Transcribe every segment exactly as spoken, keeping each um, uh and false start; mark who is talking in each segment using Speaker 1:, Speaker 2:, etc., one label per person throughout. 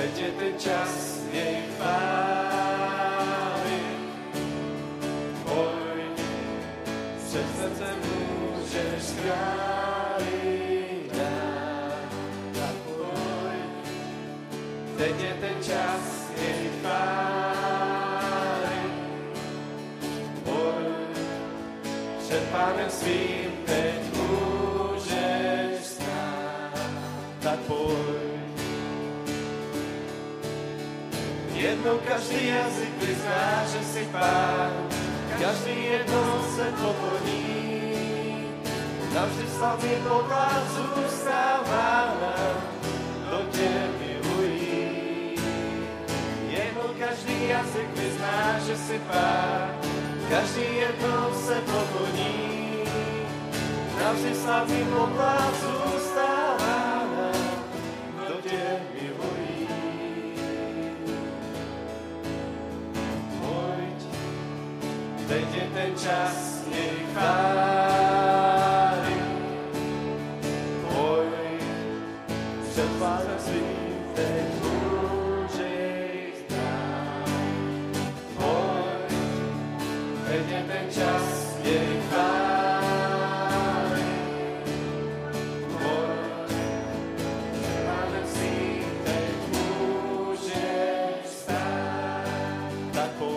Speaker 1: teď je ten čas jej chvály. Pojď, před srdcem můžeš králi dát. Tak pojď, teď je ten čas jej chvály. Pojď, před Pánem svým teď můžeš stát. Tak pojď. Jednou každý jazyk vyzná, že jsi Pán, každý jednou se pokoní. Navždy slavný poklad zůstává nám, kdo tě milují. Jednou každý jazyk vyzná, že jsi Pán, každý jednou se pokoní. Navždy slavný poklad zůstává nám, kdo tě milují. Teď je ten čas jej chvály. Pojď, před Pánem svým teď můžeš dát. Pojď, teď je ten čas jej chvály. Pojď, před Pánem svým teď můžeš stát. Tak pojď.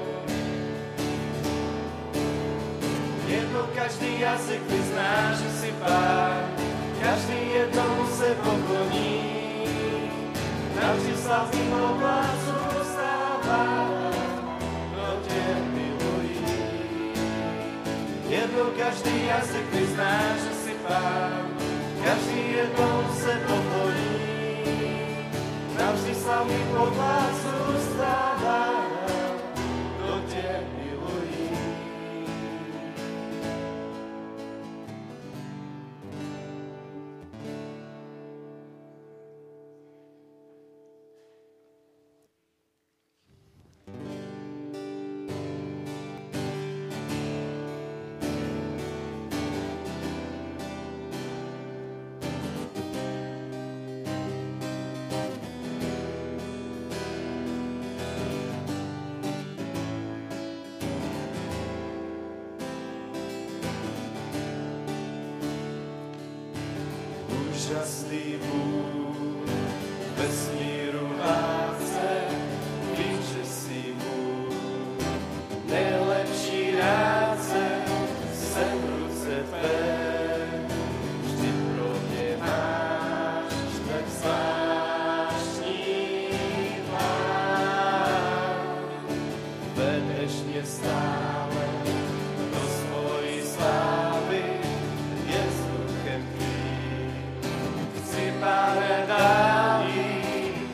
Speaker 1: Každý jazyk vyzná, že jsi Pán, každý jednou se pokloní. Navždy slavný poklad zůstává, kdo tě milují. Jednou každý jazyk vyzná, že jsi Pán, každý jednou se pokloní. Navždy slavný poklad zůstává, kdo tě milují. Úžasný Bůh, vesmíru vládce, vím, že jsi můj nejlepší rádce, jsem v ruce tvé, vždy pro mě máš tak zvláštní plán. Vedeš mě stále do svojí slávy, je vzduchem tvým. Pane, dál jít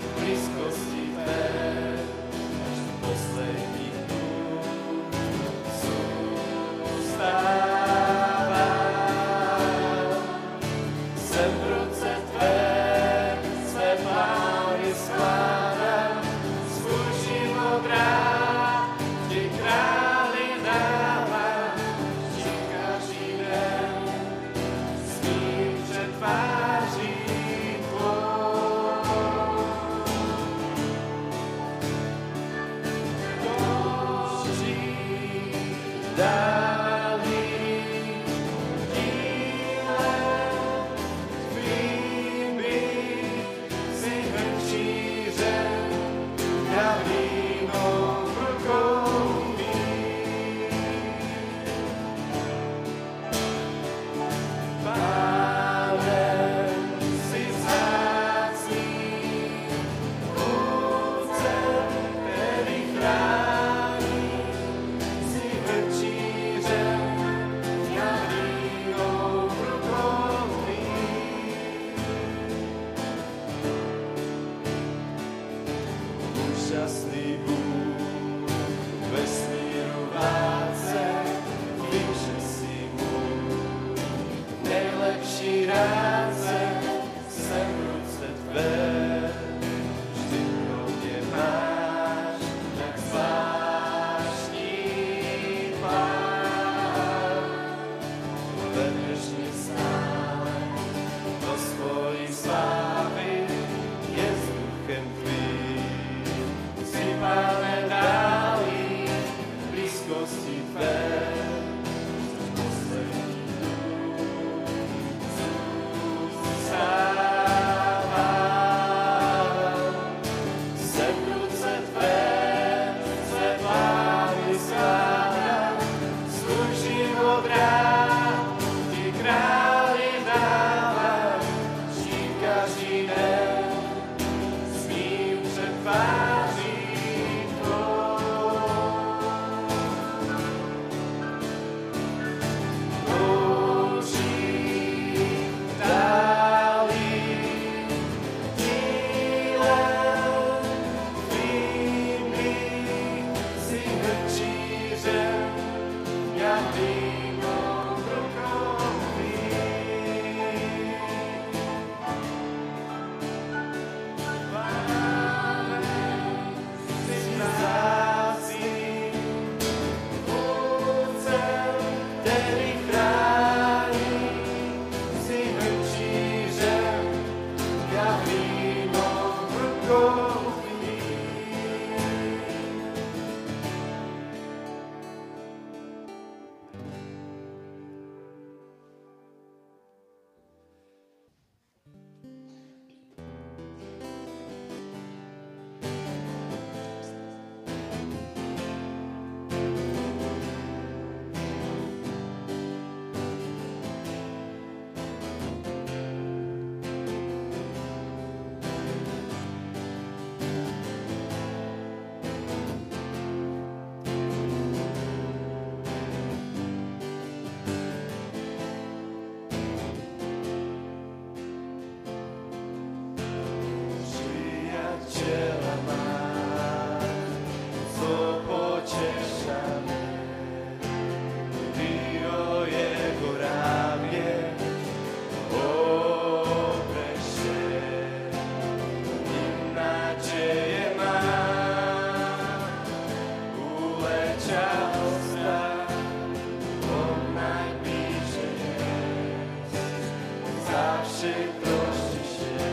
Speaker 1: připroštiš je.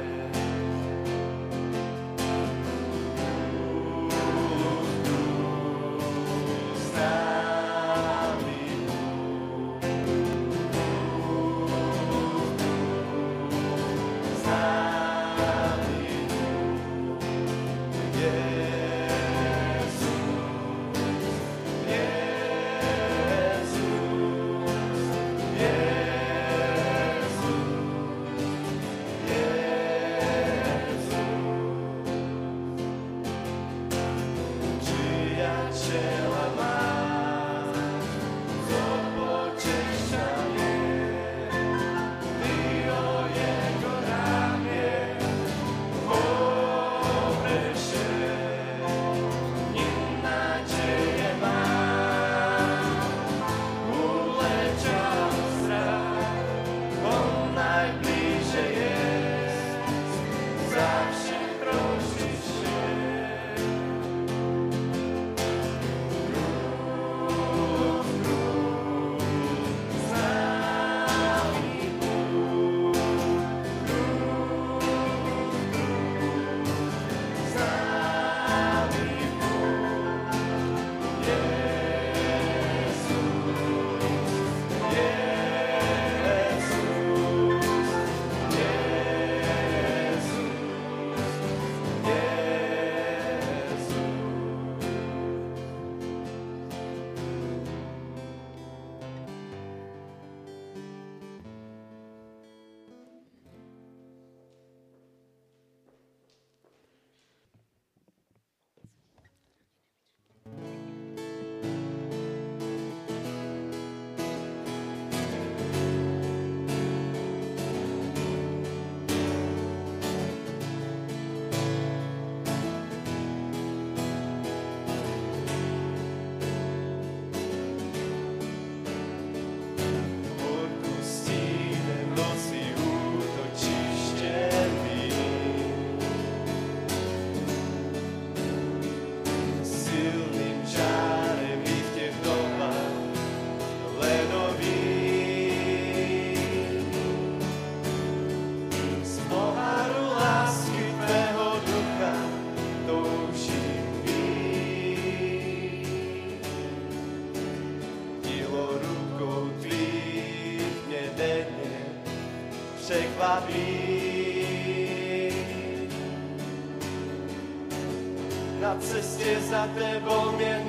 Speaker 2: Na cestě za tebou mě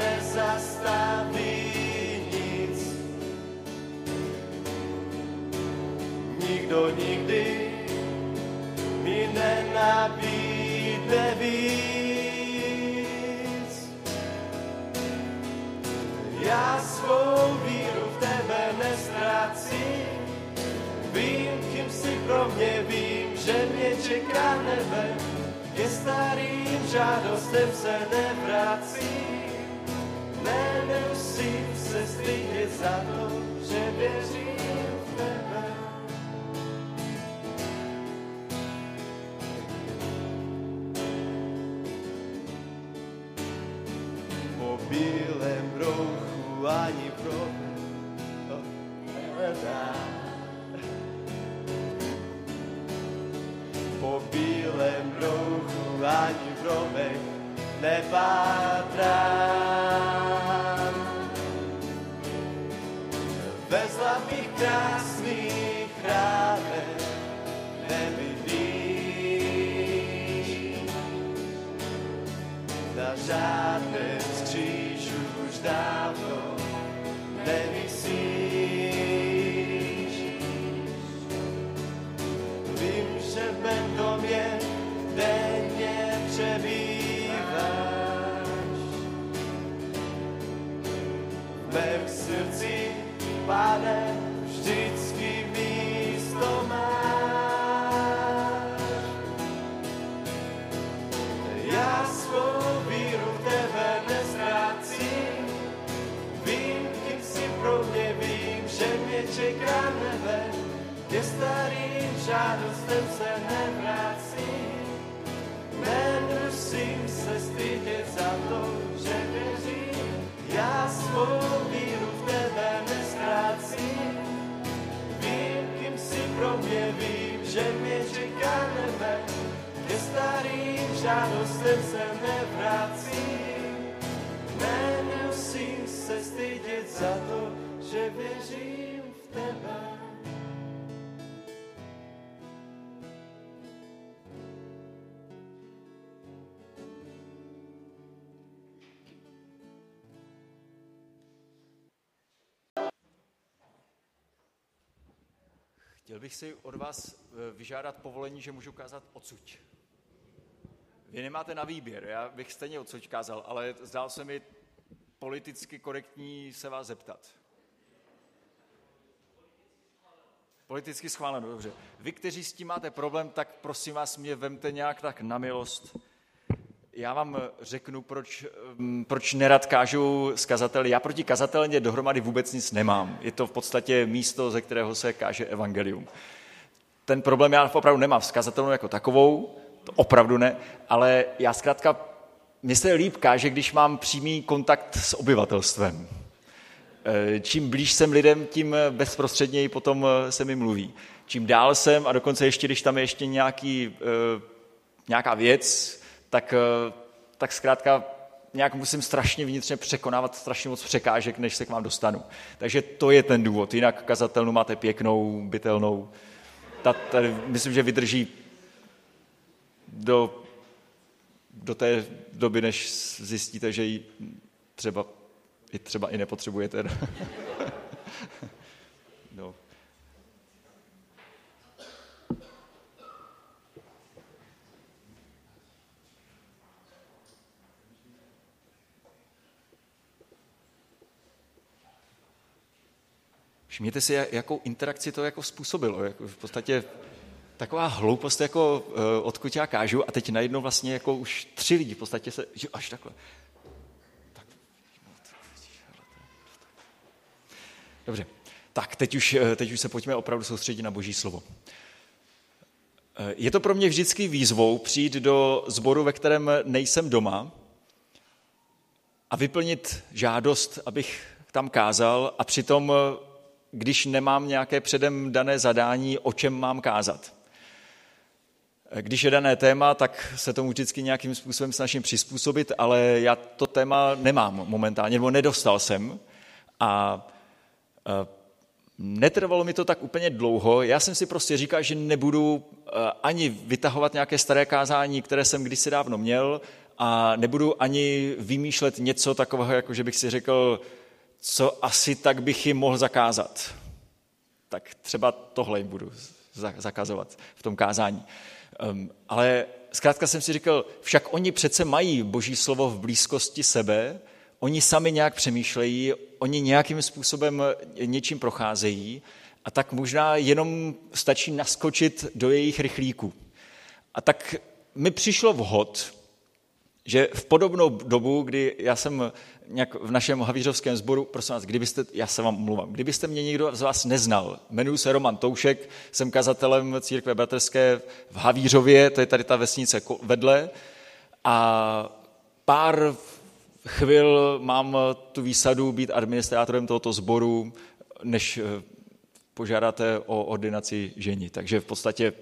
Speaker 2: nezastaví nic. Nikdo nikdy mi nenabídne víc. Já svou víru v tebe neztrácím. Vím, kým jsi pro mě, vím, že mě čeká nebe. Ke starým žádostem se nevracím. Nemusím se stydět za to, že věřím v tebe. Po bílém rouchu ani problém to nevedá. Po bílém rouchu ani vrobek nepátrám. Ve zlatých krásných chrámech nebydlíš. Na žádném z křížů už dávno nevisíš. Vím, že v mém domě denně přebýváš. V mém srdci, Pane, vždycky místo máš. Já svou víru v tebe neztrácím. Vím, kým jsi pro mě, vím, že mě čeká nebe. Ke starým žádostem se nevracím. Nemusím se stydět za to, že věřím. Já svou víru v tebe neztrácím. Vím, kým jsi pro mě, vím, žádostem se nevracím. Ne, nemusím se stydět za to, že věřím v tebe.
Speaker 1: Chtěl bych si od vás vyžádat povolení, že můžu kázat odsuť. Vy nemáte na výběr, já bych stejně odsuť kázal, ale zdál se mi politicky korektní se vás zeptat. Politicky schváleno, dobře. Vy, kteří s tím máte problém, tak prosím vás, mě vemte nějak tak na milost. Já vám řeknu, proč, proč nerad kážu z kazateli. Já proti kazatelně dohromady vůbec nic nemám. Je to v podstatě místo, ze kterého se káže evangelium. Ten problém já opravdu nemám s kazatelnou jako takovou, to opravdu ne, ale já zkrátka, mně se líp káže, když mám přímý kontakt s obyvatelstvem. Čím blíž jsem lidem, tím bezprostředněji potom se mi mluví. Čím dál jsem, a dokonce ještě, když tam je ještě nějaký, nějaká věc, tak, tak zkrátka nějak musím strašně vnitřně překonávat strašně moc překážek, než se k vám dostanu. Takže to je ten důvod. Jinak kazatelnu máte pěknou, bytelnou. Ta, tady, myslím, že vydrží do, do té doby, než zjistíte, že ji třeba i, třeba i nepotřebujete. No. Všimněte si, jakou interakci to jako způsobilo. Jako v podstatě taková hloupost, jako uh, odkud já kážu, a teď najednou vlastně jako už tři lidi v podstatě se, že až takhle. Tak. Dobře, tak teď už, teď už se pojďme opravdu soustředit na Boží slovo. Je to pro mě vždycky výzvou přijít do sboru, ve kterém nejsem doma, a vyplnit žádost, abych tam kázal, a přitom, když nemám nějaké předem dané zadání, o čem mám kázat. Když je dané téma, tak se tomu vždycky nějakým způsobem snažím přizpůsobit, ale já to téma nemám momentálně, nebo nedostal jsem. A netrvalo mi to tak úplně dlouho. Já jsem si prostě říkal, že nebudu ani vytahovat nějaké staré kázání, které jsem kdysi dávno měl, a nebudu ani vymýšlet něco takového, jako že bych si řekl, co asi tak bych jim mohl zakázat. Tak třeba tohle jim budu zakazovat v tom kázání. Um, ale zkrátka jsem si říkal, však oni přece mají Boží slovo v blízkosti sebe, oni sami nějak přemýšlejí, oni nějakým způsobem něčím procházejí, a tak možná jenom stačí naskočit do jejich rychlíků. A tak mi přišlo vhod, že v podobnou dobu, kdy já jsem nějak v našem havířovském sboru, prosím vás, kdybyste, já se vám omluvám, kdybyste mě někdo z vás neznal, jmenuji se Roman Toušek, jsem kazatelem církve bratrské v Havířově, to je tady ta vesnice vedle, a pár chvil mám tu výsadu být administrátorem tohoto sboru, než požádáte o ordinaci ženi, takže v podstatě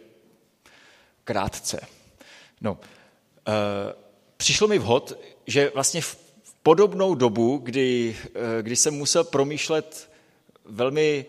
Speaker 1: krátce. No, e- Přišlo mi vhod, že vlastně v podobnou dobu, kdy, kdy jsem musel promýšlet velmi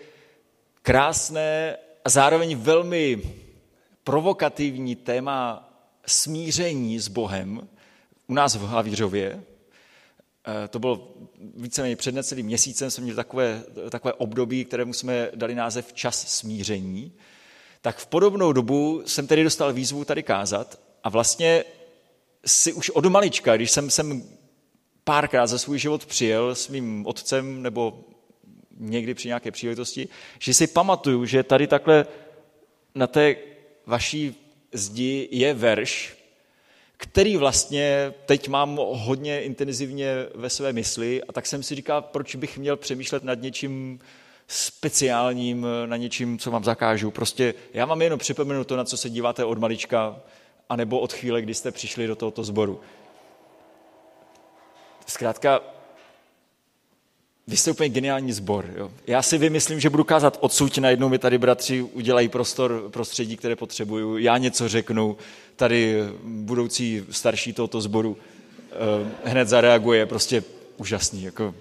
Speaker 1: krásné a zároveň velmi provokativní téma smíření s Bohem u nás v Havířově, to bylo víceméně před necelým měsícem, jsme měli takové, takové období, kterému jsme dali název Čas smíření, tak v podobnou dobu jsem tedy dostal výzvu tady kázat, a vlastně si už od malička, když jsem sem párkrát za svůj život přijel s mým otcem nebo někdy při nějaké příležitosti, že si pamatuju, že tady takhle na té vaší zdi je verš, který vlastně teď mám hodně intenzivně ve své mysli, a tak jsem si říkal, proč bych měl přemýšlet nad něčím speciálním, na něčím, co vám zakážu. Prostě já vám jenom připomenu to, na co se díváte od malička, anebo od chvíle, kdy jste přišli do tohoto sboru. Zkrátka, Vy jste úplně geniální sbor. Jo. Já si vymyslím, že budu kázat odsud, najednou mi tady bratři udělají prostor, prostředí, které potřebuju. Já něco řeknu, tady budoucí starší tohoto sboru eh, hned zareaguje, prostě úžasný. Jako.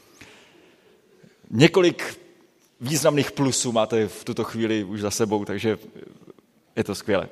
Speaker 1: Několik významných plusů máte v tuto chvíli už za sebou, takže je to skvělé.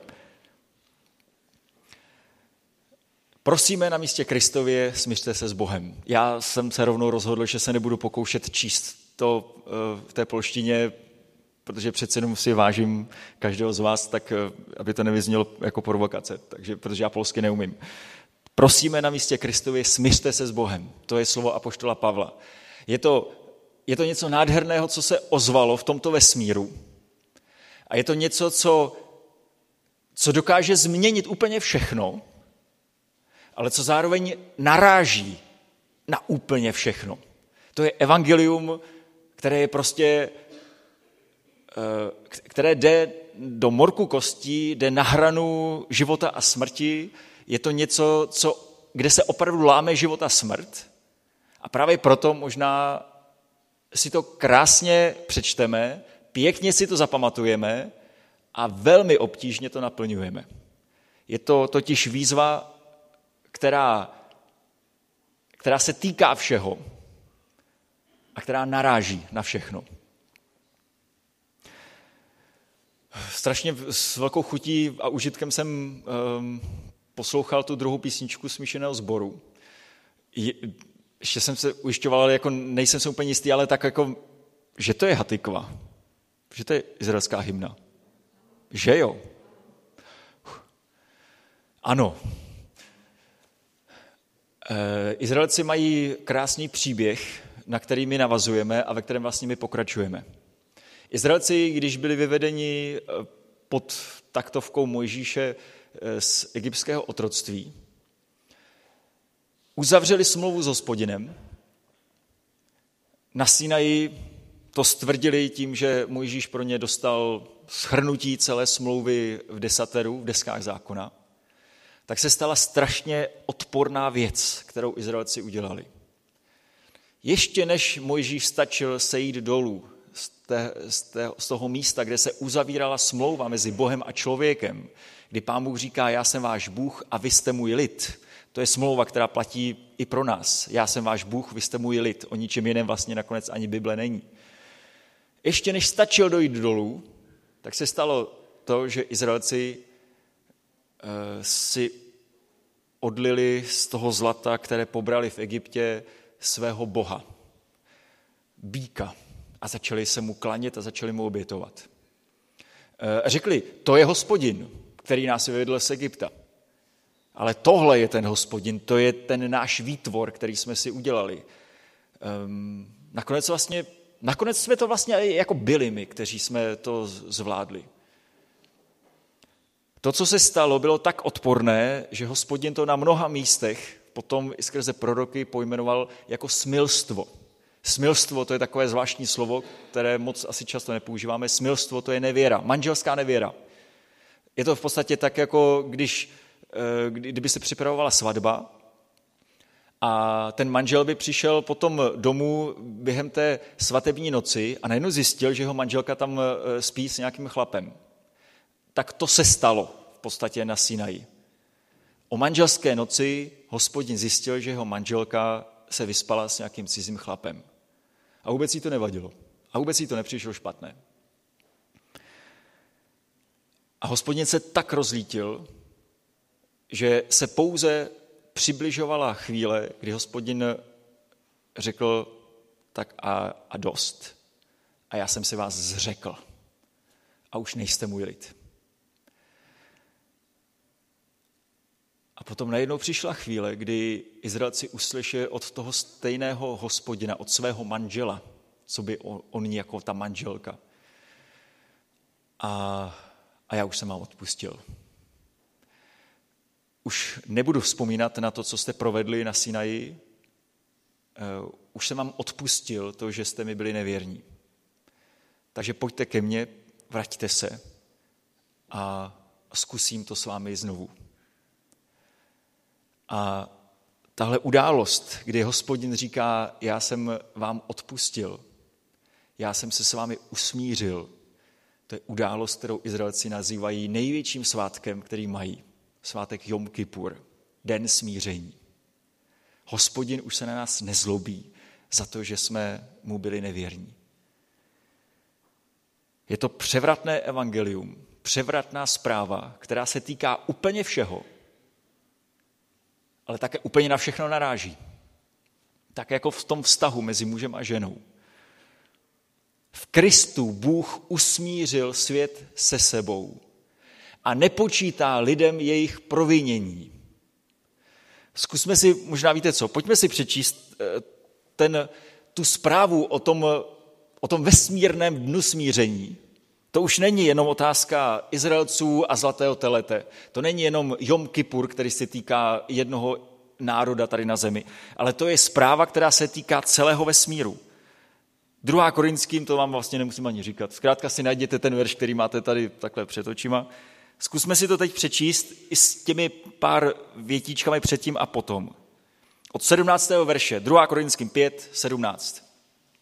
Speaker 1: Prosíme na místě Kristově, smířte se s Bohem. Já jsem se rovnou rozhodl, že se nebudu pokoušet číst to v té polštině, protože přece jenom si vážím každého z vás, tak aby to nevyznělo jako provokace, takže, protože já polsky neumím. Prosíme na místě Kristově, smířte se s Bohem. To je slovo apoštola Pavla. Je to, je to něco nádherného, co se ozvalo v tomto vesmíru. A je to něco, co, co dokáže změnit úplně všechno, ale co zároveň naráží na úplně všechno. To je evangelium, které je prostě, které jde do morku kostí, jde na hranu života a smrti. Je to něco, co, kde se opravdu láme život a smrt. A právě proto možná si to krásně přečteme, pěkně si to zapamatujeme a velmi obtížně to naplňujeme. Je to totiž výzva, která, která se týká všeho a která naráží na všechno. Strašně s velkou chutí a užitkem jsem um, poslouchal tu druhou písničku Smíšeného sboru. Je, ještě jsem se ujišťoval, ale jako nejsem se úplně jistý, ale tak jako, že to je Hatikva, že to je izraelská hymna. Že jo? Ano. Izraelci mají krásný příběh, na který my navazujeme a ve kterém vlastně my pokračujeme. Izraelci, když byli vyvedeni pod taktovkou Mojžíše z egyptského otroctví, uzavřeli smlouvu s Hospodinem. Na Sinaji to stvrdili tím, že Mojžíš pro ně dostal shrnutí celé smlouvy v desateru, v deskách zákona. Tak se stala strašně odporná věc, kterou Izraelci udělali. Ještě než Mojžíš stačil sejít dolů z, té, z, té, z toho místa, kde se uzavírala smlouva mezi Bohem a člověkem, kdy Pán Bůh říká, já jsem váš Bůh a vy jste můj lid. To je smlouva, která platí i pro nás. Já jsem váš Bůh, vy jste můj lid. O ničem jiném vlastně nakonec ani Bible není. Ještě než stačil dojít dolů, tak se stalo to, že Izraelci si odlili z toho zlata, které pobrali v Egyptě, svého boha, býka, a začali se mu klanět a začali mu obětovat. Řekli, to je Hospodin, který nás vyvedl z Egypta. Ale tohle je ten Hospodin, to je ten náš výtvor, který jsme si udělali. Nakonec, vlastně, nakonec jsme to vlastně jako byli my, kteří jsme to zvládli. To, co se stalo, bylo tak odporné, že Hospodin to na mnoha místech potom i skrze proroky pojmenoval jako smilstvo. Smilstvo, to je takové zvláštní slovo, které moc asi často nepoužíváme. Smilstvo, to je nevěra, manželská nevěra. Je to v podstatě tak, jako když, kdyby se připravovala svatba a ten manžel by přišel potom domů během té svatební noci a najednou zjistil, že jeho manželka tam spí s nějakým chlapem. Tak to se stalo v podstatě na Sinaji. O manželské noci Hospodin zjistil, že jeho manželka se vyspala s nějakým cizím chlapem. A vůbec jí to nevadilo. A vůbec jí to nepřišlo špatné. A Hospodin se tak rozlítil, že se pouze přibližovala chvíle, kdy Hospodin řekl tak a, a dost. A já jsem se vás zřekl. A už nejste můj lid. A potom najednou přišla chvíle, kdy Izraelci uslyšeli od toho stejného Hospodina, od svého manžela, co by on, on jako ta manželka. A, a já už jsem vám odpustil. Už nebudu vzpomínat na to, co jste provedli na Sinaji. Uh, už jsem vám odpustil to, že jste mi byli nevěrní. Takže pojďte ke mně, vraťte se a zkusím to s vámi znovu. A tahle událost, kdy Hospodin říká, já jsem vám odpustil, já jsem se s vámi usmířil, to je událost, kterou Izraelci nazývají největším svátkem, který mají. Svátek Jom Kippur, den smíření. Hospodin už se na nás nezlobí za to, že jsme mu byli nevěrní. Je to převratné evangelium, převratná zpráva, která se týká úplně všeho, ale také úplně na všechno naráží. Tak jako v tom vztahu mezi mužem a ženou. V Kristu Bůh usmířil svět se sebou a nepočítá lidem jejich provinění. Zkusme si, možná víte co, pojďme si přečíst ten, tu zprávu o tom, o tom vesmírném dnu smíření. To už není jenom otázka Izraelců a zlatého telete. To není jenom Jom Kippur, který se týká jednoho národa tady na zemi, ale to je zpráva, která se týká celého vesmíru. Druhá Korinským, to vám vlastně nemusím ani říkat. Zkrátka si najděte ten verš, který máte tady takhle před očima. Zkusme si to teď přečíst i s těmi pár větíčkami předtím a potom. Od sedmnáctého verše, druhá Korinským pět, sedmnáct.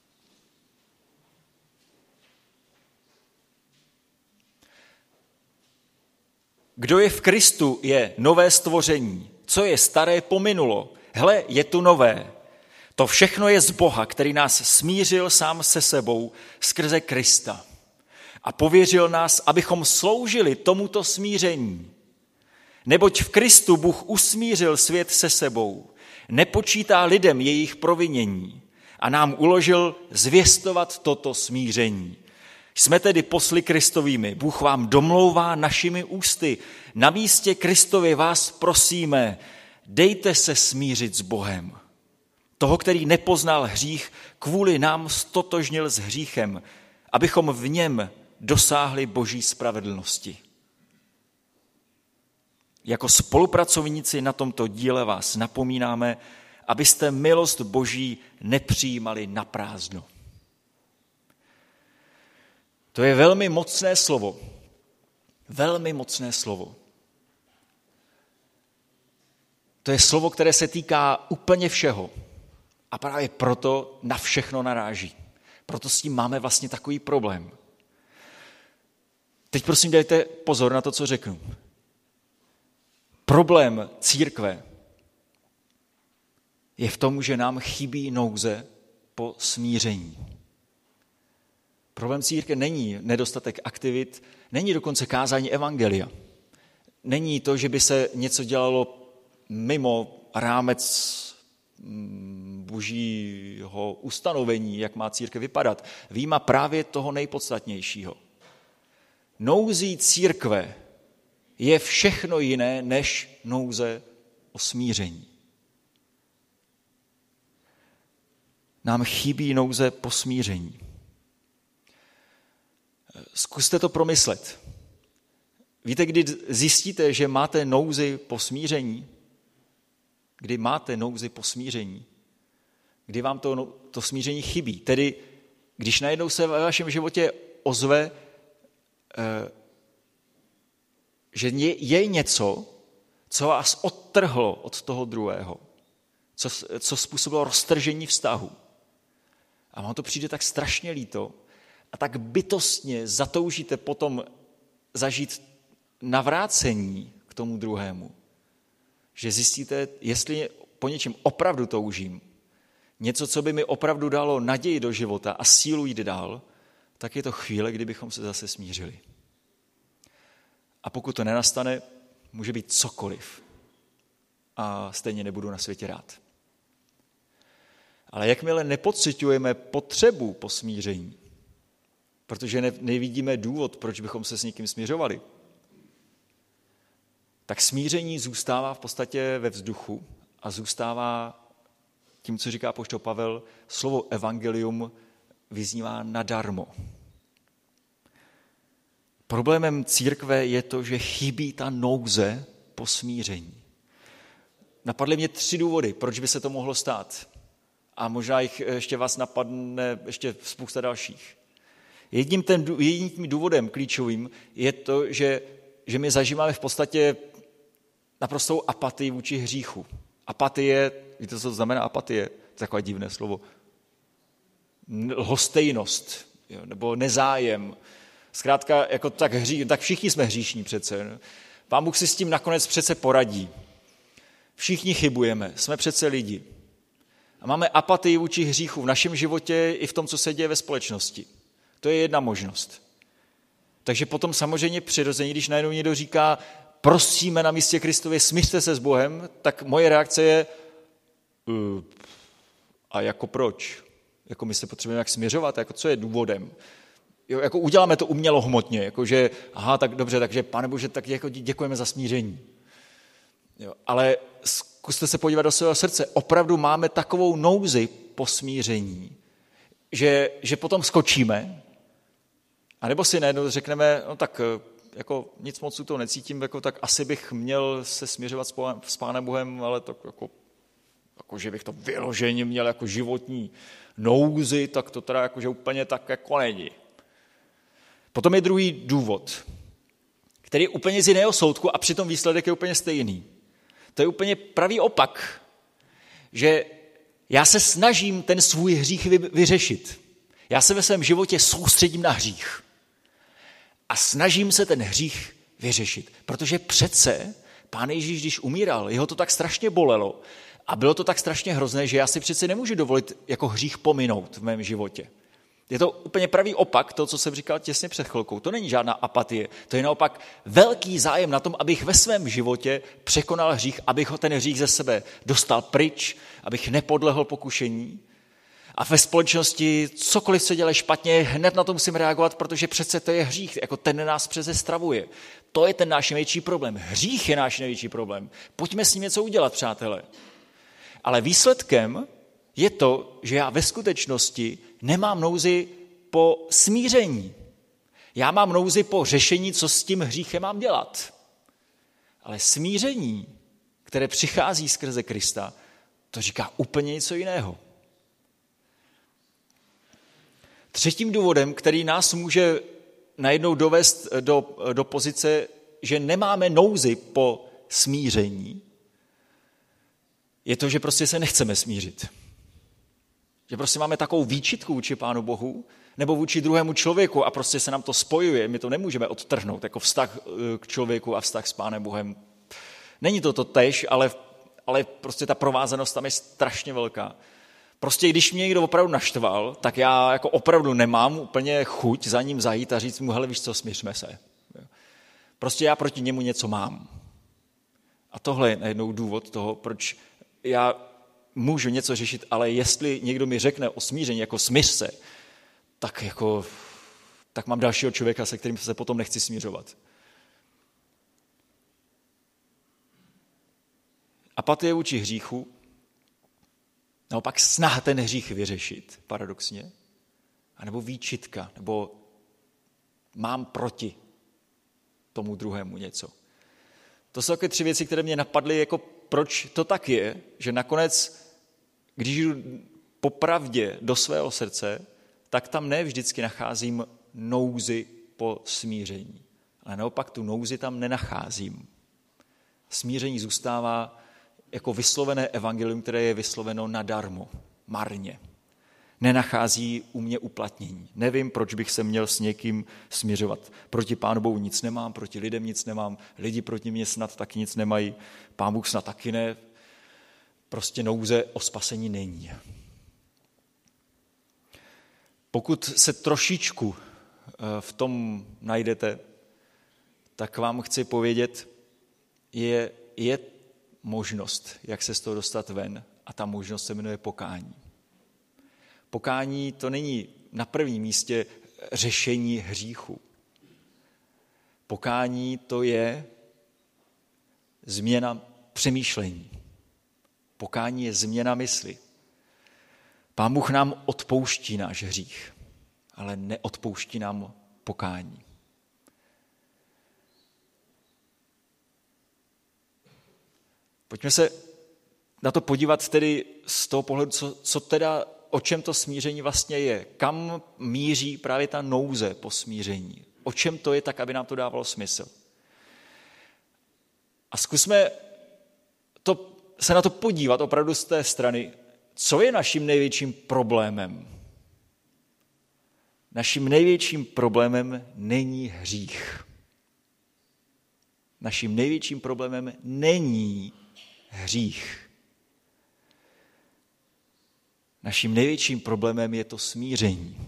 Speaker 1: Kdo je v Kristu, je nové stvoření. Co je staré, pominulo. Hle, je tu nové. To všechno je z Boha, který nás smířil sám se sebou skrze Krista a pověřil nás, abychom sloužili tomuto smíření. Neboť v Kristu Bůh usmířil svět se sebou, nepočítá lidem jejich provinění a nám uložil zvěstovat toto smíření. Jsme tedy posly Kristovými, Bůh vám domlouvá našimi ústy. Na místě Kristově vás prosíme, dejte se smířit s Bohem. Toho, který nepoznal hřích, kvůli nám stotožnil s hříchem, abychom v něm dosáhli boží spravedlnosti. Jako spolupracovníci na tomto díle vás napomínáme, abyste milost boží nepřijímali naprázdno. To je velmi mocné slovo. Velmi mocné slovo. To je slovo, které se týká úplně všeho. A právě proto na všechno naráží. Proto s tím máme vlastně takový problém. Teď prosím dejte pozor na to, co řeknu. Problém církve je v tom, že nám chybí nouze po smíření. Problém církve není nedostatek aktivit, není dokonce kázání evangelia. Není to, že by se něco dělalo mimo rámec božího ustanovení, jak má církev vypadat. Vyjma právě toho nejpodstatnějšího. Nouzí církve je všechno jiné než nouze o smíření. Nám chybí nouze po smíření. Zkuste to promyslet. Víte, kdy zjistíte, že máte nouzi po smíření? Kdy máte nouzi po smíření? Kdy vám to, to smíření chybí? Tedy, když najednou se ve vašem životě ozve, že je něco, co vás odtrhlo od toho druhého, co, co způsobilo roztržení vztahu. A vám to přijde tak strašně líto a tak bytostně zatoužíte potom zažít navrácení k tomu druhému, že zjistíte, jestli po něčem opravdu toužím, něco, co by mi opravdu dalo naději do života a sílu jít dál, tak je to chvíle, kdybychom se zase smířili. A pokud to nenastane, může být cokoliv. A stejně nebudu na světě rád. Ale jakmile nepociťujeme potřebu po smíření, protože ne, nevidíme důvod, proč bychom se s někým smířovali, tak smíření zůstává v podstatě ve vzduchu a zůstává tím, co říká apoštol Pavel, slovo evangelium vyznívá nadarmo. Problémem církve je to, že chybí ta nouze po smíření. Napadly mě tři důvody, proč by se to mohlo stát. A možná jich ještě vás napadne ještě spousta dalších. Jedním, ten, jedním důvodem klíčovým je to, že, že my zažíváme v podstatě naprostou apatii vůči hříchu. Apatie víte, co to znamená apatie? To je takové divné slovo. Lhostejnost, jo, nebo nezájem. Zkrátka, jako tak, hří, tak všichni jsme hříšní přece. Pán Bůh si s tím nakonec přece poradí. Všichni chybujeme, jsme přece lidi. A máme apatii vůči hříchu v našem životě i v tom, co se děje ve společnosti. To je jedna možnost. Takže potom samozřejmě přirozeně, když najednou někdo říká, prosíme na místě Kristově, smířte se s Bohem, tak moje reakce je, uh, a jako proč? Jako my se potřebujeme jak směřovat, jako co je důvodem? Jo, jako uděláme to umělohmotně, jakože, aha, tak dobře, takže Pane Bože, tak jako děkujeme za smíření. Jo, ale zkuste se podívat do svého srdce. Opravdu máme takovou nouzi po smíření, že, že potom skočíme, anebo si najednou řekneme, no tak jako nic moc to necítím, jako, tak asi bych měl se směřovat s Pánem Bohem, ale tak jako, jako, že bych to vyloženě měl jako životní nouzi, tak to teda jako, že úplně tak jako není. Potom je druhý důvod, který je úplně z jiného soudku a přitom výsledek je úplně stejný. To je úplně pravý opak, že já se snažím ten svůj hřích vyřešit. Já se ve svém životě soustředím na hřích a snažím se ten hřích vyřešit, protože přece Pán Ježíš, když umíral, jeho to tak strašně bolelo a bylo to tak strašně hrozné, že já si přece nemůžu dovolit jako hřích pominout v mém životě. Je to úplně pravý opak, to, co jsem říkal těsně před chvilkou. To není žádná apatie, to je naopak velký zájem na tom, abych ve svém životě překonal hřích, abych ho ten hřích ze sebe dostal pryč, abych nepodlehl pokušení. A ve společnosti cokoliv se dělá špatně, hned na to musím reagovat, protože přece to je hřích, jako ten nás přece stravuje. To je ten náš největší problém. Hřích je náš největší problém. Pojďme s ním něco udělat, přátelé. Ale výsledkem je to, že já ve skutečnosti nemám nouzi po smíření. Já mám nouzi po řešení, co s tím hříchem mám dělat. Ale smíření, které přichází skrze Krista, to říká úplně něco jiného. Třetím důvodem, který nás může najednou dovést do, do pozice, že nemáme nouzi po smíření, je to, že prostě se nechceme smířit. Že prostě máme takovou výčitku vůči Pánu Bohu nebo vůči druhému člověku a prostě se nám to spojuje, my to nemůžeme odtrhnout, jako vztah k člověku a vztah s Pánem Bohem. Není to to též, ale, ale prostě ta provázanost tam je strašně velká. Prostě když mě někdo opravdu naštval, tak já jako opravdu nemám úplně chuť za ním zajít a říct mu, hele, víš co, smířme se. Prostě já proti němu něco mám. A tohle je najednou důvod toho, proč já můžu něco řešit, ale jestli někdo mi řekne o smíření jako smíř se, tak, jako, tak mám dalšího člověka, se kterým se potom nechci smířovat. Apatie vůči hříchu, naopak snaha ten hřích vyřešit, paradoxně, anebo výčitka, nebo mám proti tomu druhému něco. To jsou takové tři věci, které mě napadly, jako proč to tak je, že nakonec, když jdu popravdě do svého srdce, tak tam ne vždycky nacházím nouzi po smíření. Ale naopak tu nouzi tam nenacházím. Smíření zůstává jako vyslovené evangelium, které je vysloveno nadarmo, marně. Nenachází u mě uplatnění. Nevím, proč bych se měl s někým směřovat. Proti Pánu Bohu nic nemám, proti lidem nic nemám, lidi proti mě snad taky nic nemají, Pán Bůh snad taky ne. Prostě nouze o spasení není. Pokud se trošičku v tom najdete, tak vám chci povědět, je, je možnost, jak se z toho dostat ven, a ta možnost se jmenuje pokání. Pokání to není na prvním místě řešení hříchu. Pokání to je změna přemýšlení. Pokání je změna mysli. Pán Bůh nám odpouští náš hřích, ale neodpouští nám pokání. Pojďme se na to podívat tedy z toho pohledu, co, co teda, o čem to smíření vlastně je. Kam míří právě ta nouze po smíření. O čem to je tak, aby nám to dávalo smysl. A zkusme to se na to podívat opravdu z té strany, co je naším největším problémem. Naším největším problémem není hřích. Naším největším problémem není hřích. Naším největším problémem je to smíření.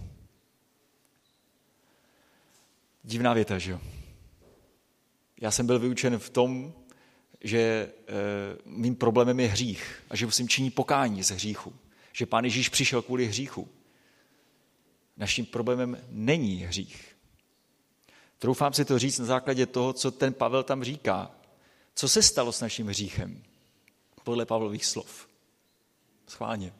Speaker 1: Divná věta, že jo? Já jsem byl vyučen v tom, že e, mým problémem je hřích a že musím činit pokání ze hříchu. Že Pán Ježíš přišel kvůli hříchu. Naším problémem není hřích. Troufám si to říct na základě toho, co ten Pavel tam říká. Co se stalo s naším hříchem? Podle Pavlových slov. Schválně.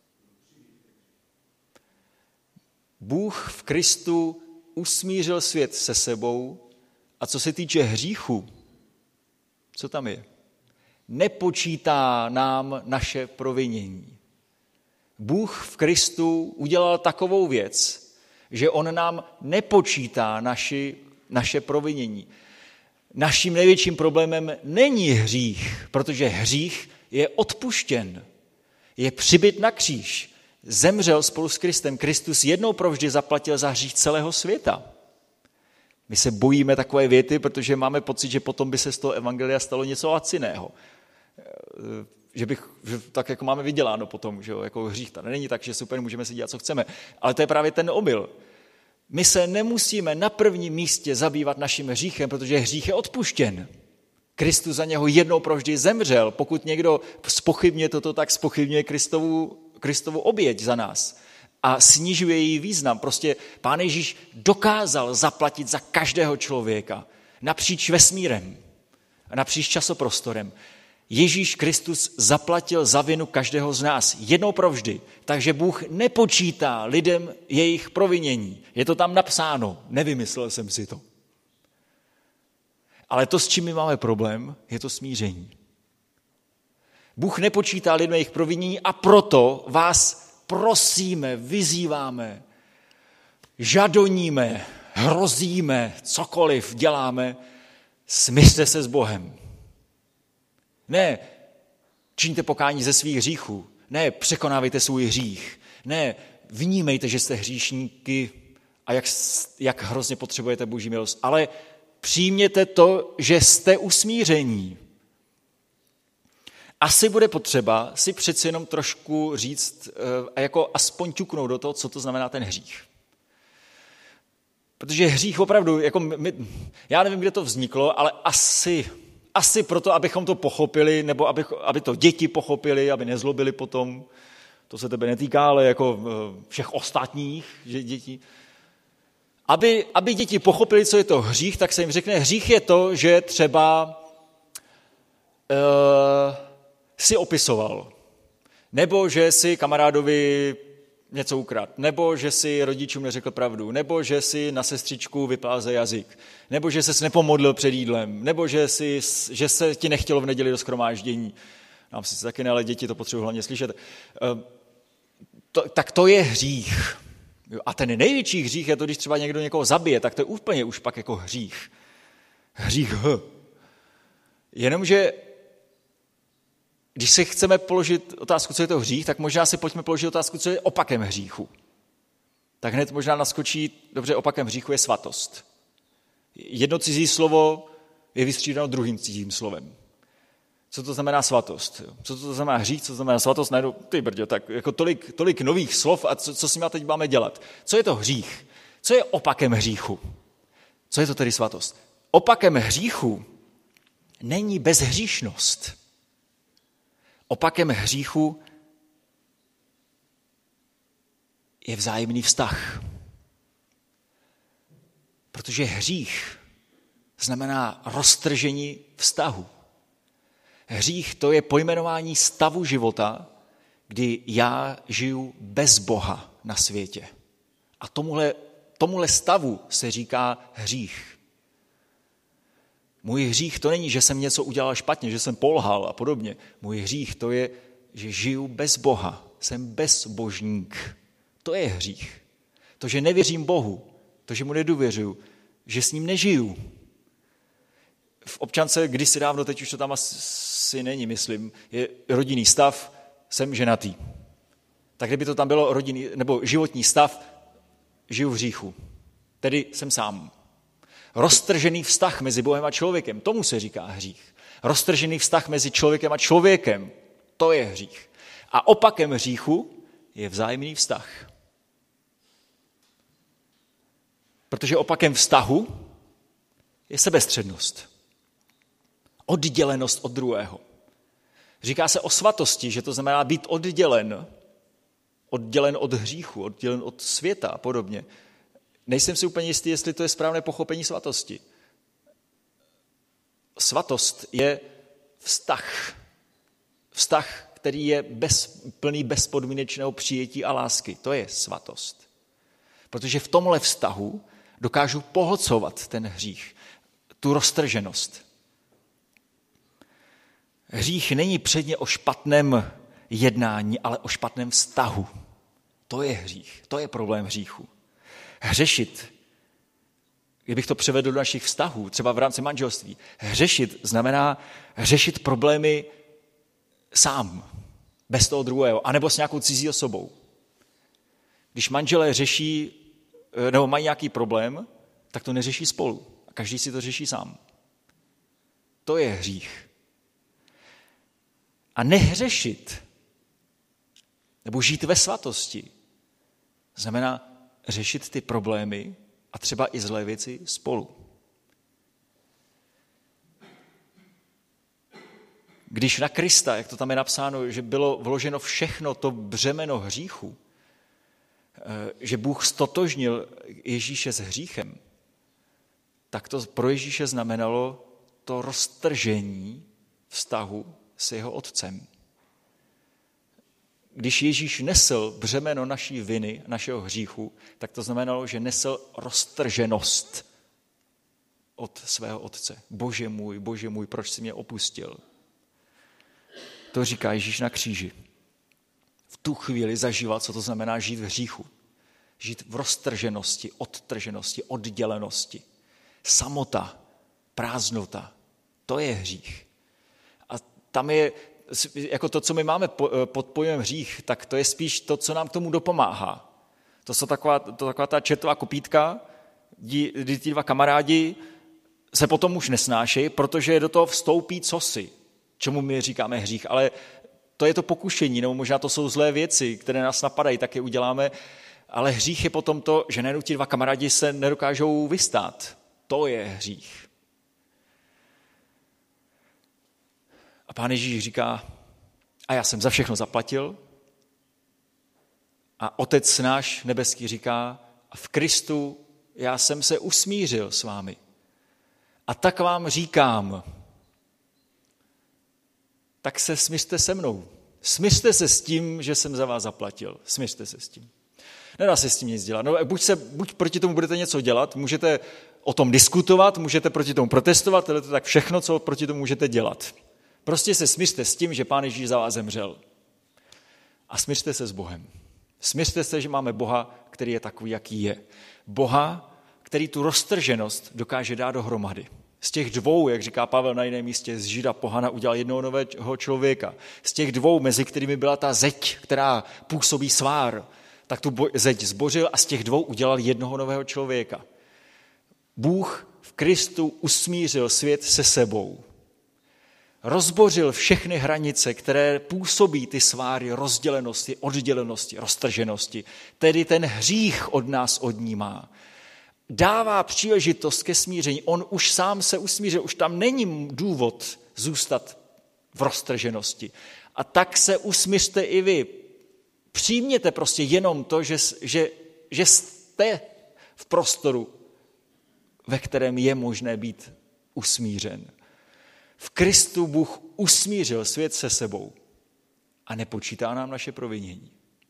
Speaker 1: Bůh v Kristu usmířil svět se sebou a co se týče hříchu, co tam je? Nepočítá nám naše provinění. Bůh v Kristu udělal takovou věc, že on nám nepočítá naši, naše provinění. Naším největším problémem není hřích, protože hřích je odpuštěn. Je přibyt na kříž. Zemřel spolu s Kristem. Kristus jednou provždy zaplatil za hřích celého světa. My se bojíme takové věty, protože máme pocit, že potom by se z toho evangelia stalo něco laciného. Že, bych, že tak jako máme vyděláno potom, že jo, jako hřích to není tak, že super, můžeme si dělat, co chceme. Ale to je právě ten omyl. My se nemusíme na prvním místě zabývat naším hříchem, protože hřích je odpuštěn. Kristus za něho jednou provždy zemřel. Pokud někdo zpochybňuje toto, tak zpochybňuje Kristovu, Kristovu oběť za nás a snižuje její význam. Prostě Pán Ježíš dokázal zaplatit za každého člověka napříč vesmírem a napříč časoprostorem. Ježíš Kristus zaplatil za vinu každého z nás jednou provždy, takže Bůh nepočítá lidem jejich provinění. Je to tam napsáno, nevymyslel jsem si to. Ale to, s čím my máme problém, je to smíření. Bůh nepočítá lidem jejich provinění a proto vás prosíme, vyzýváme, žadoníme, hrozíme, cokoliv děláme, smířte se s Bohem. Ne, čiňte pokání ze svých hříchů. Ne, překonávejte svůj hřích. Ne, vnímejte, že jste hříšníky a jak, jak hrozně potřebujete Boží milost. Ale přijměte to, že jste usmíření. Asi bude potřeba si přeci jenom trošku říct a jako aspoň ťuknout do toho, co to znamená ten hřích. Protože hřích opravdu, jako my, já nevím, kde to vzniklo, ale asi... Asi proto, abychom to pochopili, nebo aby, aby to děti pochopili, aby nezlobili potom. To se tebe netýká, ale jako všech ostatních že dětí. Aby, aby děti pochopili, co je to hřích, tak se jim řekne, hřích je to, že třeba uh, si opisoval, nebo že si kamarádovi něco ukradl, nebo že si rodičům neřekl pravdu, nebo že si na sestřičku vypláze jazyk, nebo že ses nepomodlil před jídlem, nebo že, si, že se ti nechtělo v neděli do shromáždění. Nám si taky ne, ale děti to potřebují hlavně slyšet. To, tak to je hřích. A ten největší hřích je to, když třeba někdo někoho zabije, tak to je úplně už pak jako hřích. Hřích H. Jenomže když si chceme položit otázku, co je to hřích, tak možná si pojďme položit otázku, co je opakem hříchu. Tak hned možná naskočí, dobře, opakem hříchu je svatost. Jedno cizí slovo je vystřídáno druhým cizím slovem. Co to znamená svatost? Co to znamená hřích, co to znamená svatost? Najdu, ty brďo, tak jako tolik, tolik nových slov a co, co s nimi teď máme dělat? Co je to hřích? Co je opakem hříchu? Co je to tedy svatost? Opakem hříchu není bezhříšnost. Opakem hříchu je vzájemný vztah. Protože hřích znamená roztržení vztahu. Hřích to je pojmenování stavu života, kdy já žiju bez Boha na světě. A tomuhle, tomuhle stavu se říká hřích. Můj hřích to není, že jsem něco udělal špatně, že jsem polhal a podobně. Můj hřích to je, že žiju bez Boha. Jsem bezbožník. To je hřích. To, že nevěřím Bohu, to, že mu nedůvěřuju, že s ním nežiju. v občance kdysi dávno, teď už to tam asi není, myslím, je rodinný stav, jsem ženatý. Tak kdyby to tam bylo rodinný, nebo životní stav, žiju v hříchu. Tedy jsem sám. Roztržený vztah mezi Bohem a člověkem, tomu se říká hřích. Roztržený vztah mezi člověkem a člověkem, to je hřích. A opakem hříchu je vzájemný vztah. Protože opakem vztahu je sebestřednost. Oddělenost od druhého. Říká se o svatosti, že to znamená být oddělen. Oddělen od hříchu, oddělen od světa a podobně. Nejsem si úplně jistý, jestli to je správné pochopení svatosti. Svatost je vztah. Vztah, který je bez, plný bezpodmínečného přijetí a lásky. To je svatost. Protože v tomhle vztahu dokážu pohlcovat ten hřích, tu roztrženost. Hřích není předně o špatném jednání, ale o špatném vztahu. To je hřích, to je problém hříchu. Hřešit, kdybych to převedl do našich vztahů, třeba v rámci manželství, hřešit znamená řešit problémy sám, bez toho druhého, anebo s nějakou cizí osobou. Když manželé řeší, nebo mají nějaký problém, tak to neřeší spolu. A každý si to řeší sám. To je hřích. A nehřešit, nebo žít ve svatosti, znamená řešit ty problémy a třeba i zlé věci spolu. Když na Krista, jak to tam je napsáno, že bylo vloženo všechno to břemeno hříchu, že Bůh stotožnil Ježíše s hříchem, tak to pro Ježíše znamenalo to roztržení vztahu s jeho otcem. Když Ježíš nesl břemeno naší viny, našeho hříchu, tak to znamenalo, že nesl roztrženost od svého otce. Bože můj, Bože můj, proč jsi mě opustil? To říká Ježíš na kříži. V tu chvíli zažíval, co to znamená žít v hříchu. Žít v roztrženosti, odtrženosti, oddělenosti. Samota, prázdnota, to je hřích. A tam je, jako to, co my máme pod pojmem hřích, tak to je spíš to, co nám k tomu dopomáhá. To jsou taková, to taková ta čertová kopítka, kdy ti dva kamarádi se potom už nesnášejí, protože do toho vstoupí cosi, čemu my říkáme hřích, ale to je to pokušení, nebo možná to jsou zlé věci, které nás napadají, tak je uděláme, ale hřích je potom to, že najednou ti dva kamarádi se nedokážou vystát. To je hřích. A Pán Ježíš říká, a já jsem za všechno zaplatil, a Otec náš nebeský říká, a v Kristu já jsem se usmířil s vámi. A tak vám říkám, tak se smířte se mnou. Smířte se s tím, že jsem za vás zaplatil. Smířte se s tím. Nedá se s tím nic dělat. No, buď, se, buď proti tomu budete něco dělat, můžete o tom diskutovat, můžete proti tomu protestovat, ale to je tak všechno, co proti tomu můžete dělat. Prostě se smířte s tím, že Pán Ježíš za vás zemřel. A smířte se s Bohem. Smířte se, že máme Boha, který je takový, jaký je. Boha, který tu roztrženost dokáže dát dohromady. Z těch dvou, jak říká Pavel na jiném místě, z Žida pohana udělal jednoho nového člověka. Z těch dvou, mezi kterými byla ta zeď, která působí svár, tak tu zeď zbořil a z těch dvou udělal jednoho nového člověka. Bůh v Kristu usmířil svět se sebou. Rozbořil všechny hranice, které působí ty sváry rozdělenosti, oddělenosti, roztrženosti. Tedy ten hřích od nás odnímá. Dává příležitost ke smíření. On už sám se usmířil, už tam není důvod zůstat v roztrženosti. A tak se usmířte i vy. Přijměte prostě jenom to, že, že, že jste v prostoru, ve kterém je možné být usmířen. V Kristu Bůh usmířil svět se sebou a nepočítá nám naše provinění.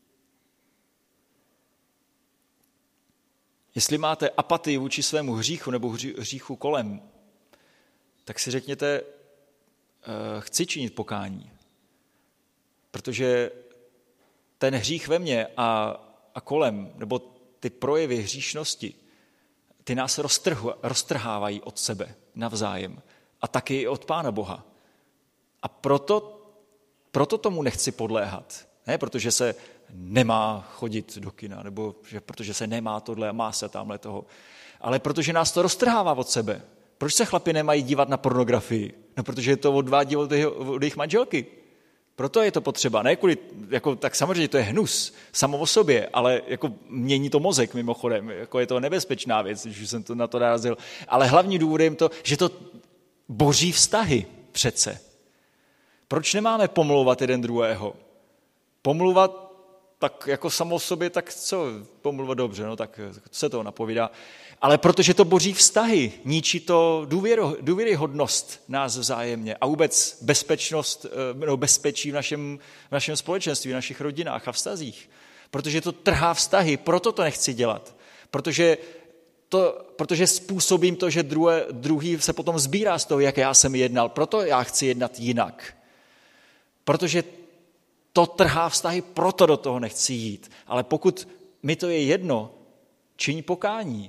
Speaker 1: Jestli máte apatii vůči svému hříchu nebo hříchu kolem, tak si řekněte, chci činit pokání, protože ten hřích ve mně a, a kolem, nebo ty projevy hříšnosti, ty nás roztrhu, roztrhávají od sebe navzájem. A a taky i od Pána Boha. A proto, proto tomu nechci podléhat. Ne protože se nemá chodit do kina, nebo že, protože se nemá tohle a má se tamhle toho, ale protože nás to roztrhává od sebe. Proč se chlapi nemají dívat na pornografii? No, protože je to odvádí od jejich, od jejich manželky. Proto je to potřeba. Ne kvůli, jako, tak samozřejmě to je hnus samo o sobě, ale jako mění to mozek mimochodem. Jako je to nebezpečná věc, když jsem to na to narazil. Ale hlavní důvod je to, že to boří vztahy přece. Proč nemáme pomlouvat jeden druhého? Pomluvat tak jako samo o sobě, tak co? Pomluvat dobře, no tak se to napovídá. Ale protože to boří vztahy, ničí to důvěro, důvěryhodnost nás vzájemně a vůbec bezpečnost, no bezpečí v našem, v našem společenství, v našich rodinách a vztazích. Protože to trhá vztahy, proto to nechci dělat. Protože, to, protože způsobím to, že druhé, druhý se potom sbírá z toho, jak já jsem jednal. Proto já chci jednat jinak. Protože to trhá vztahy, proto do toho nechci jít. Ale pokud mi to je jedno, čiň pokání.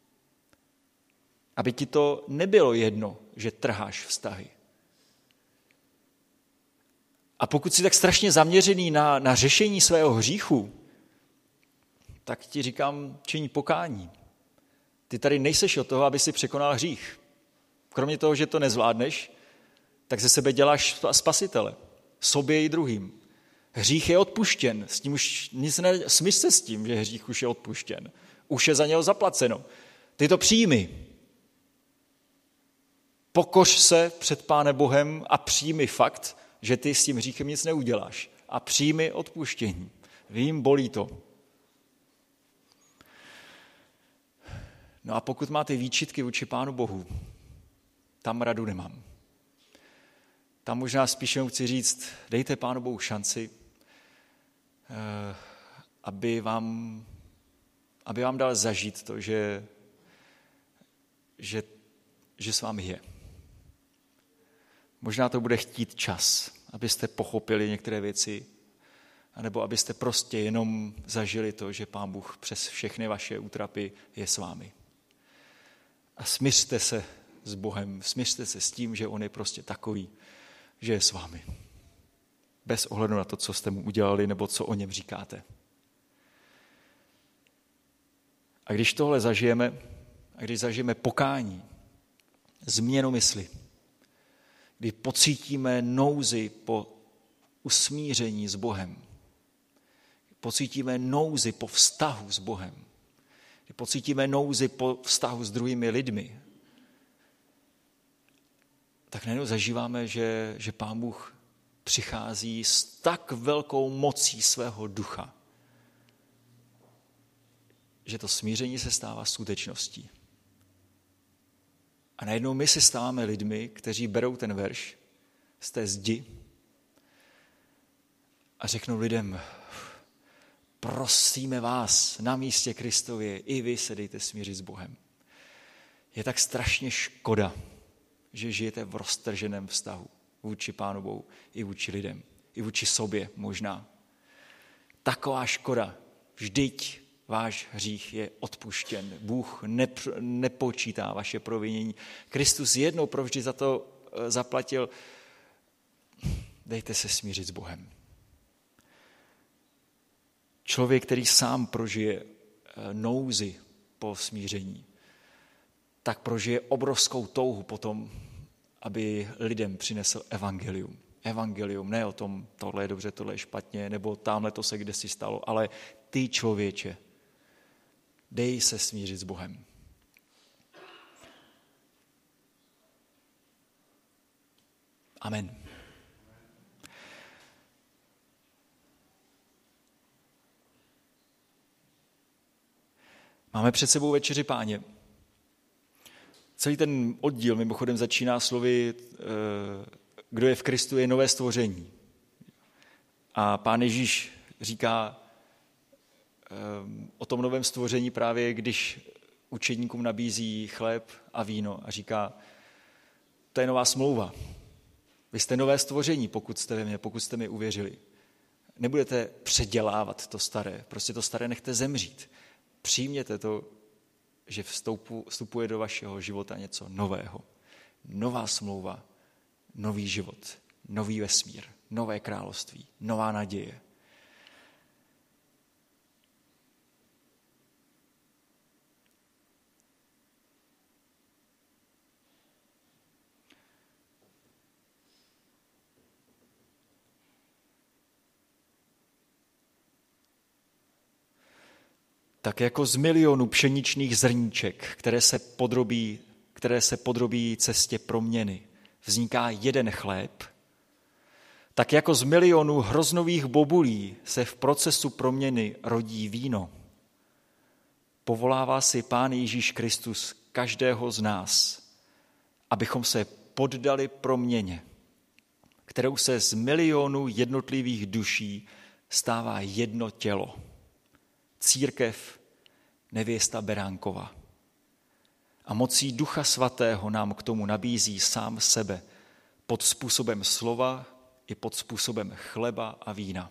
Speaker 1: Aby ti to nebylo jedno, že trháš vztahy. A pokud jsi tak strašně zaměřený na, na řešení svého hříchu, tak ti říkám, čiň pokání. Ty tady nejseš od toho, aby si překonal hřích. Kromě toho, že to nezvládneš, tak ze sebe děláš spasitele. Sobě i druhým. Hřích je odpuštěn, s tím už nic ne, smysl se s tím, že hřích už je odpuštěn. Už je za něho zaplaceno. Ty to přijmi. Pokoř se před Pánem Bohem a přijmi fakt, že ty s tím hříchem nic neuděláš. A přijmi odpuštění. Vím, bolí to. No a pokud máte výčitky vůči Pánu Bohu, tam radu nemám. Tam možná spíš jenom chci říct, dejte Pánu Bohu šanci, aby vám, aby vám dal zažít to, že, že, že s vámi je. Možná to bude chtít čas, abyste pochopili některé věci, anebo abyste prostě jenom zažili to, že Pán Bůh přes všechny vaše útrapy je s vámi. A smířte se s Bohem, smířte se s tím, že on je prostě takový, že je s vámi. Bez ohledu na to, co jste mu udělali, nebo co o něm říkáte. A když tohle zažijeme, a když zažijeme pokání, změnu mysli, kdy pocítíme nouzi po usmíření s Bohem, pocítíme nouzi po vztahu s Bohem, kdy pocítíme nouzi po vztahu s druhými lidmi, tak najednou zažíváme, že, že Pán Bůh přichází s tak velkou mocí svého ducha, že to smíření se stává skutečností. A najednou my se stáváme lidmi, kteří berou ten verš z té zdi a řeknou lidem, prosíme vás na místě Kristově, i vy se dejte smířit s Bohem. Je tak strašně škoda, že žijete v roztrženém vztahu vůči Pánu Bohu, i vůči lidem, i vůči sobě možná. Taková škoda. Vždyť váš hřích je odpuštěn. Bůh nepr- nepočítá vaše provinění. Kristus jednou provždy za to zaplatil. Dejte se smířit s Bohem. Člověk, který sám prožije nouzi po smíření, tak prožije obrovskou touhu potom, aby lidem přinesl evangelium. Evangelium, ne o tom, tohle je dobře, tohle je špatně, nebo tamhle to se kdesi stalo, ale ty, člověče, dej se smířit s Bohem. Amen. Máme před sebou večeři Páně. Celý ten oddíl mimochodem začíná slovy, kdo je v Kristu, je nové stvoření. A Pán Ježíš říká o tom novém stvoření právě, když učedníkům nabízí chléb a víno a říká, to je nová smlouva. Vy jste nové stvoření, pokud jste ve mně, pokud jste mi uvěřili. Nebudete předělávat to staré, prostě to staré nechte zemřít. Přijměte to, že vstupu, vstupuje do vašeho života něco nového. nová smlouva, nový život, nový vesmír, nové království, nová naděje. Tak jako z milionu pšeničných zrníček, které se podrobí, které se podrobí cestě proměny, vzniká jeden chléb, tak jako z milionu hroznových bobulí se v procesu proměny rodí víno. Povolává si Pán Ježíš Kristus každého z nás, abychom se poddali proměně, kterou se z milionu jednotlivých duší stává jedno tělo. Církev, nevěsta Beránkova. A mocí Ducha Svatého nám k tomu nabízí sám sebe pod způsobem slova i pod způsobem chleba a vína.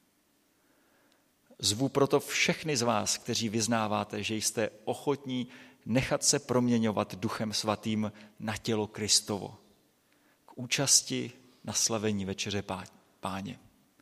Speaker 1: Zvu proto všechny z vás, kteří vyznáváte, že jste ochotní nechat se proměňovat Duchem Svatým na tělo Kristovo, k účasti na slavení Večeře Páně.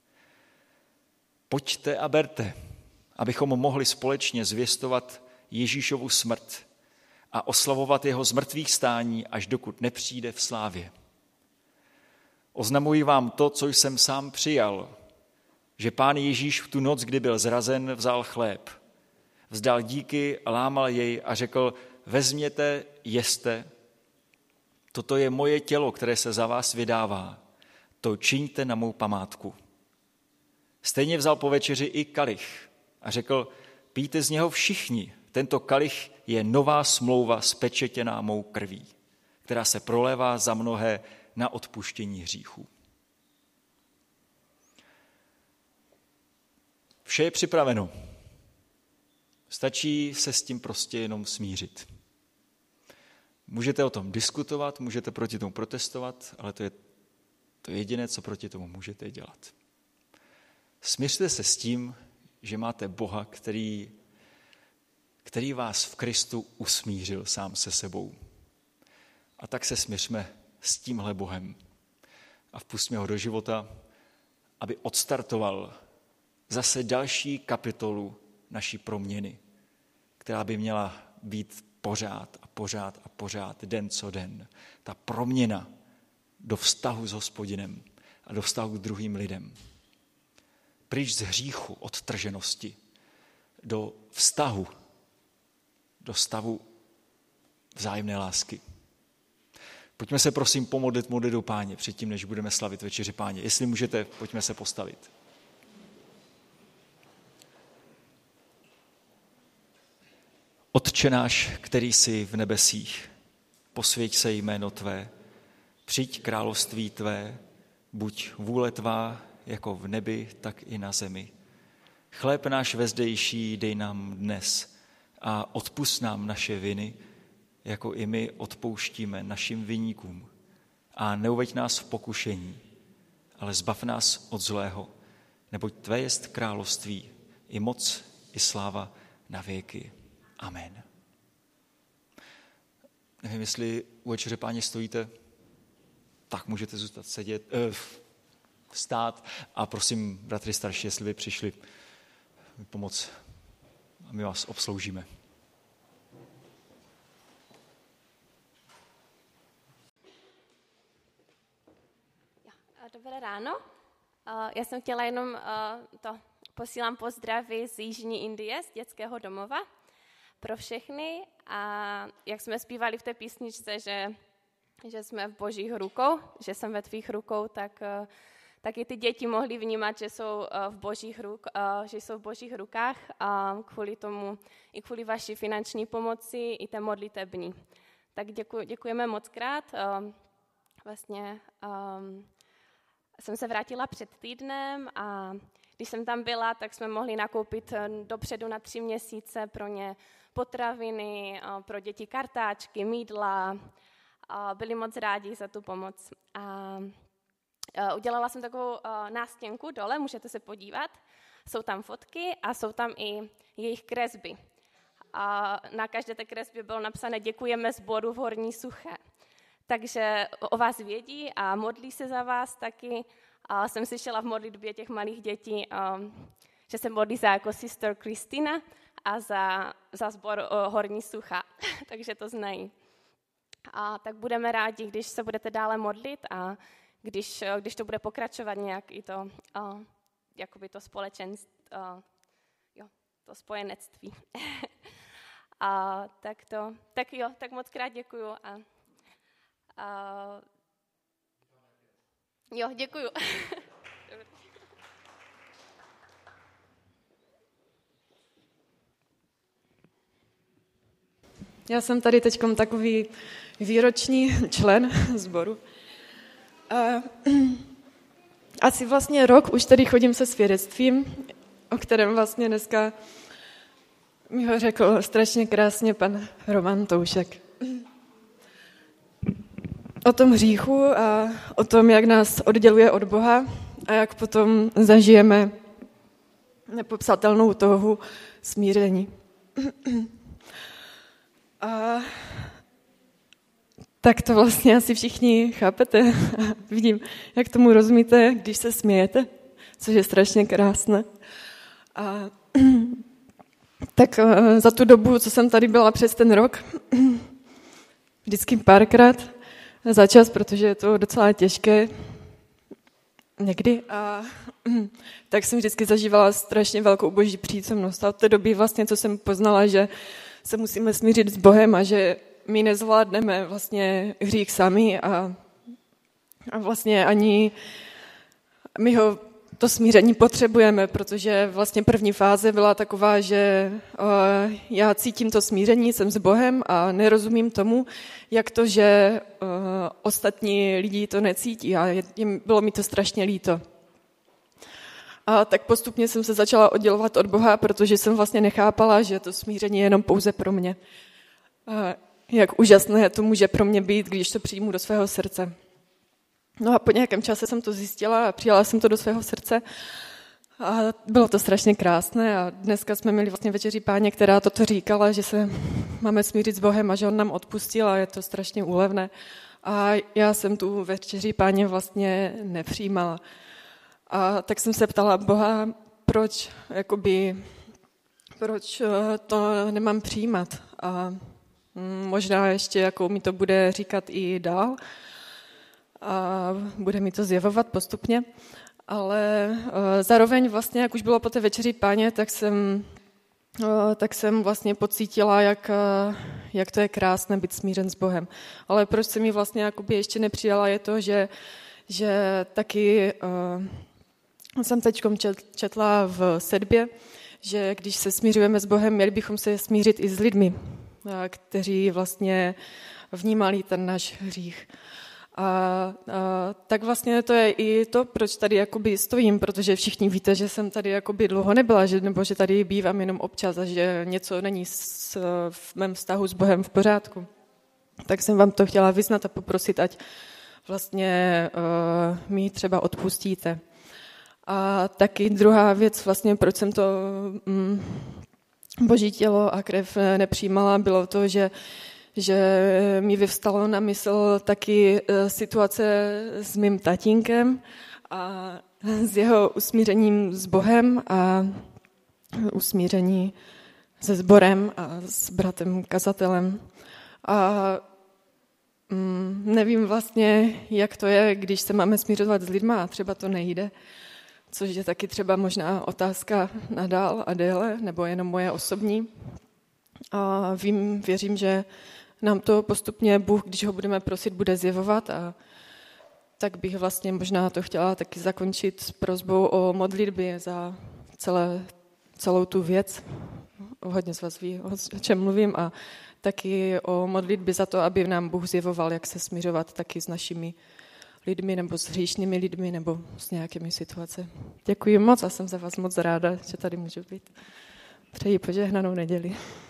Speaker 1: Pojďte a berte, abychom mohli společně zvěstovat Ježíšovu smrt a oslavovat jeho zmrtvých stání, až dokud nepřijde v slávě. Oznamuji vám to, co jsem sám přijal, že Pán Ježíš v tu noc, kdy byl zrazen, vzal chléb, vzdal díky, lámal jej a řekl, vezměte, jeste, toto je moje tělo, které se za vás vydává, to čiňte na mou památku. Stejně vzal po večeři i kalich a řekl, pijte z něho všichni, tento kalich je nová smlouva spečetěná mou krví, která se prolévá za mnohé na odpuštění hříchů. Vše je připraveno. Stačí se s tím prostě jenom smířit. Můžete o tom diskutovat, můžete proti tomu protestovat, ale to je to jediné, co proti tomu můžete dělat. Smířte se s tím, že máte Boha, který, který vás v Kristu usmířil sám se sebou. A tak se smířme s tímhle Bohem a vpustíme ho do života, aby odstartoval zase další kapitolu naší proměny, která by měla být pořád a pořád a pořád, den co den. Ta proměna do vztahu s Hospodinem a do vztahu k druhým lidem. Pryč z hříchu, odtrženosti, do vztahu, do stavu vzájemné lásky. Pojďme se prosím pomodlit modlitbou Páně předtím, než budeme slavit Večeři Páně. Jestli můžete, pojďme se postavit. Otče náš, který jsi v nebesích, posvěť se jméno tvé, přijď království tvé, buď vůle tvá jako v nebi, tak i na zemi. Chléb náš vezdejší dej nám dnes a odpusť nám naše viny, jako i my odpouštíme našim viníkům. A neuveď nás v pokušení, ale zbav nás od zlého, neboť tvé jest království, i moc, i sláva na věky. Amen. Nevím, jestli u Večeře Páně stojíte, tak můžete zůstat sedět, eh, stát a prosím, bratři starší, jestli by přišli pomoct a my vás obsloužíme.
Speaker 3: Dobré ráno. Já jsem chtěla jenom to, posílám pozdravy z Jižní Indie, z dětského domova pro všechny. A jak jsme zpívali v té písničce, že, že jsme v božích rukou, že jsem ve tvých rukou, tak, tak i ty děti mohly vnímat, že jsou v božích, ruk, že jsou v božích rukách a kvůli tomu, i kvůli vaší finanční pomoci, i té modlitební. Tak děkuji, děkujeme moc krát. Vlastně um, jsem se vrátila před týdnem a když jsem tam byla, tak jsme mohli nakoupit dopředu na tři měsíce pro ně potraviny, pro děti kartáčky, mýdla. Byli moc rádi za tu pomoc. A udělala jsem takovou nástěnku dole, můžete se podívat. Jsou tam fotky a jsou tam i jejich kresby. A na každé té kresbě bylo napsané děkujeme sboru v Horní Suché. Takže o vás vědí a modlí se za vás taky. A jsem slyšela v modlitbě těch malých dětí, um, že se modlí za jako sister Kristina a za, za sbor uh, Horní Sucha, takže to znají. A tak budeme rádi, když se budete dále modlit a když, když to bude pokračovat nějak i to, uh, jakoby to společenství, uh, jo, to spojenectví. a tak to, tak jo, tak moc krát děkuju a Uh, jo, děkuju.
Speaker 4: Já jsem tady teď takový výroční člen sboru. Uh, asi vlastně rok už tady chodím se svědectvím, o kterém vlastně dneska mi ho řekl strašně krásně pan Roman Toušek. O tom hříchu a o tom, jak nás odděluje od Boha a jak potom zažijeme nepopsatelnou touhu smíření. A tak to vlastně asi všichni chápete. Vidím, jak tomu rozumíte, když se smějete, což je strašně krásné. A tak za tu dobu, co jsem tady byla přes ten rok, vždycky párkrát za čas, protože je to docela těžké někdy. A tak jsem vždycky zažívala strašně velkou boží přítomnost. A od té doby vlastně, co jsem poznala, že se musíme smířit s Bohem a že my nezvládneme vlastně hřích sami a, a vlastně ani my ho to smíření potřebujeme, protože vlastně první fáze byla taková, že uh, já cítím to smíření, jsem s Bohem a nerozumím tomu, jak to, že uh, ostatní lidi to necítí a je, bylo mi to strašně líto. A tak postupně jsem se začala oddělovat od Boha, protože jsem vlastně nechápala, že to smíření je jenom pouze pro mě. A jak úžasné to může pro mě být, když to přijmu do svého srdce. No a po nějakém čase jsem to zjistila a přijala jsem to do svého srdce a bylo to strašně krásné a dneska jsme měli vlastně večeři Páně, která toto říkala, že se máme smířit s Bohem a že on nám odpustil a je to strašně úlevné. A já jsem tu večeři Páně vlastně nepřijímala. A tak jsem se ptala Boha, proč, jakoby, proč to nemám přijímat. A možná ještě jako mi to bude říkat i dál. A bude mi to zjevovat postupně, ale uh, zároveň vlastně, jak už bylo po té večeři Páně, tak jsem, uh, tak jsem vlastně pocítila, jak, uh, jak to je krásné být smířen s Bohem. Ale proč jsem ji vlastně jakoby ještě nepřijala, je to, že, že taky uh, jsem teď četla v sedbě, že když se smířujeme s Bohem, měli bychom se smířit i s lidmi, uh, kteří vlastně vnímali ten náš hřích. A, a tak vlastně to je i to, proč tady jakoby stojím, protože všichni víte, že jsem tady jakoby dlouho nebyla, že, nebo že tady bývám jenom občas a že něco není s, v mém vztahu s Bohem v pořádku. Tak jsem vám to chtěla vyznat a poprosit, ať vlastně uh, mi třeba odpustíte. A taky druhá věc, vlastně proč jsem to um, Boží tělo a krev nepřijímala, bylo to, že že mi vyvstalo na mysl taky situace s mým tatínkem a s jeho usmířením s Bohem a usmíření se sborem a s bratem kazatelem. A mm, nevím vlastně, jak to je, když se máme smířovat s lidma a třeba to nejde, což je taky třeba možná otázka nadál a déle, nebo jenom moje osobní. A vím, věřím, že nám to postupně Bůh, když ho budeme prosit, bude zjevovat a tak bych vlastně možná to chtěla taky zakončit s prosbou o modlitbě za celé, celou tu věc. Hodně z vás ví, o čem mluvím a taky o modlitbě za to, aby nám Bůh zjevoval, jak se smiřovat taky s našimi lidmi nebo s hříšnými lidmi nebo s nějakými situacemi. Děkuji moc a jsem za vás moc ráda, že tady můžu být. Přeji požehnanou neděli.